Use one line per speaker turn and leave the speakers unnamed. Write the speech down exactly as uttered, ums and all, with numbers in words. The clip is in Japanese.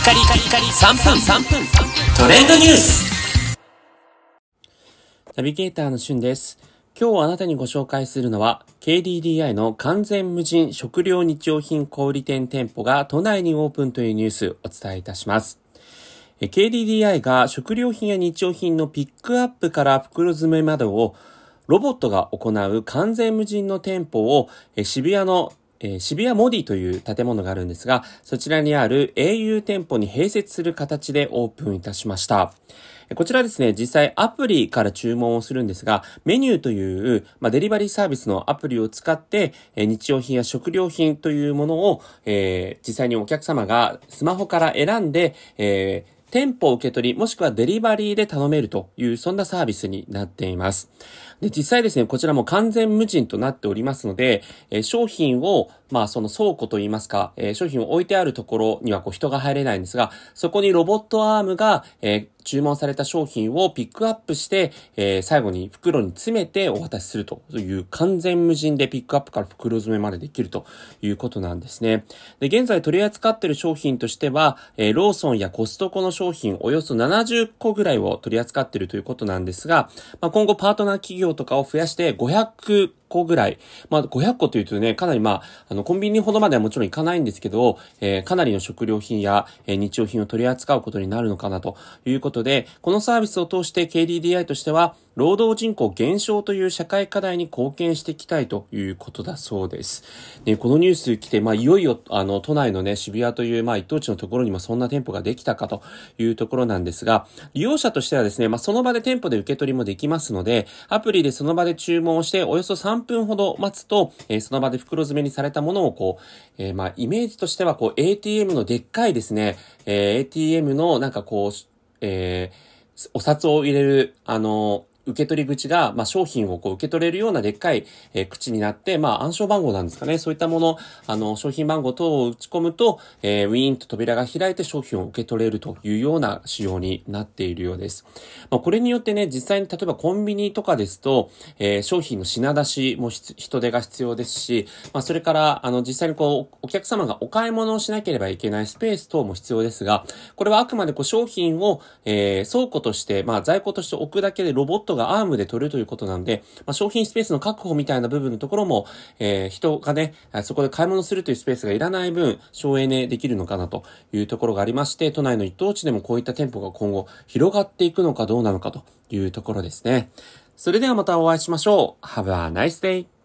カリカリカリさんぷんさんぷんトレンドニュース。ナビゲーターのしゅんです。今日あなたにご紹介するのは ケーディーディーアイ の完全無人食料日用品小売店店舗が都内にオープンというニュースをお伝えいたします。ケーディーディーアイ が食料品や日用品のピックアップから袋詰めまでをロボットが行う完全無人の店舗を渋谷のえー、渋谷モディという建物があるんですが、そちらにある エーユー 店舗に併設する形でオープンいたしました。こちらですね、実際アプリから注文をするんですが、メニューという、まあ、デリバリーサービスのアプリを使って、えー、日用品や食料品というものを、えー、実際にお客様がスマホから選んで、えー店舗受け取り、もしくはデリバリーで頼めるという、そんなサービスになっています。で、実際ですね、こちらも完全無人となっておりますので、えー、商品を、まあ、その倉庫といいますか、えー、商品を置いてあるところにはこう人が入れないんですが、そこにロボットアームが、えー、注文された商品をピックアップして、えー、最後に袋に詰めてお渡しするという完全無人でピックアップから袋詰めまでできるということなんですね。で、現在取り扱っている商品としては、えー、ローソンやコストコの商品およそななじゅっこぐらいを取り扱っているということなんですが、まあ、今後パートナー企業とかを増やしてごひゃっこぐらい。まあ、ごひゃっこというとね、かなりまあ、あの、コンビニほどまではもちろんいかないんですけど、えー、かなりの食料品や、えー、日用品を取り扱うことになるのかなということで、このサービスを通して ケーディーディーアイ としては、労働人口減少という社会課題に貢献していきたいということだそうです。で、このニュース来て、まあ、いよいよ、あの、都内のね、渋谷という、まあ、一等地のところにもそんな店舗ができたかというところなんですが、利用者としてはですね、まあ、その場で店舗で受け取りもできますので、アプリでその場で注文をして、およそさんぷんほど待つと、えー、その場で袋詰めにされたものをこう、えー、まあ、イメージとしては、こう、エーティーエム のでっかいですね、えー、エーティーエム のなんかこう、えー、お札を入れる、あの、受け取り口が、まあ、商品をこう受け取れるようなでっかい、えー、口になって、まあ、暗証番号なんですかね。そういったもの、あの、商品番号等を打ち込むと、えー、ウィーンと扉が開いて商品を受け取れるというような仕様になっているようです。まあ、これによってね、実際に例えばコンビニとかですと、えー、商品の品出しも人手が必要ですし、まあ、それから、あの、実際にこう、お客様がお買い物をしなければいけないスペース等も必要ですが、これはあくまでこう商品を、えー、倉庫として、まあ、在庫として置くだけでロボットがアームで取るということなので、まあ、商品スペースの確保みたいな部分のところも、えー、人がね、そこで買い物するというスペースがいらない分、省エネできるのかなというところがありまして、都内の一等地でもこういった店舗が今後広がっていくのかどうなのかというところですね。それではまたお会いしましょう。Have a nice day!